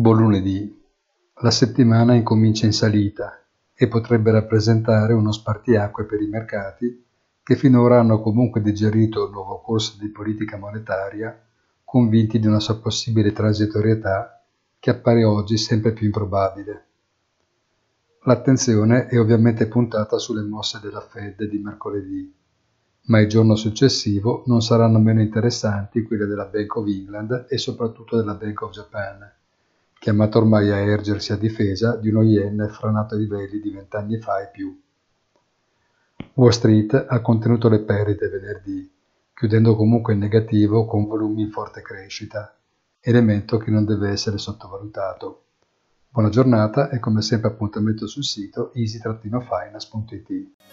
Buon lunedì. La settimana incomincia in salita e potrebbe rappresentare uno spartiacque per i mercati che finora hanno comunque digerito il nuovo corso di politica monetaria, convinti di una sua possibile transitorietà che appare oggi sempre più improbabile. L'attenzione è ovviamente puntata sulle mosse della Fed di mercoledì, ma il giorno successivo non saranno meno interessanti quelle della Bank of England e soprattutto della Bank of Japan, chiamato ormai a ergersi a difesa di uno yen franato ai livelli di 20 anni fa e più. Wall Street ha contenuto le perdite venerdì, chiudendo comunque in negativo con volumi in forte crescita, elemento che non deve essere sottovalutato. Buona giornata e come sempre appuntamento sul sito easy-finance.it.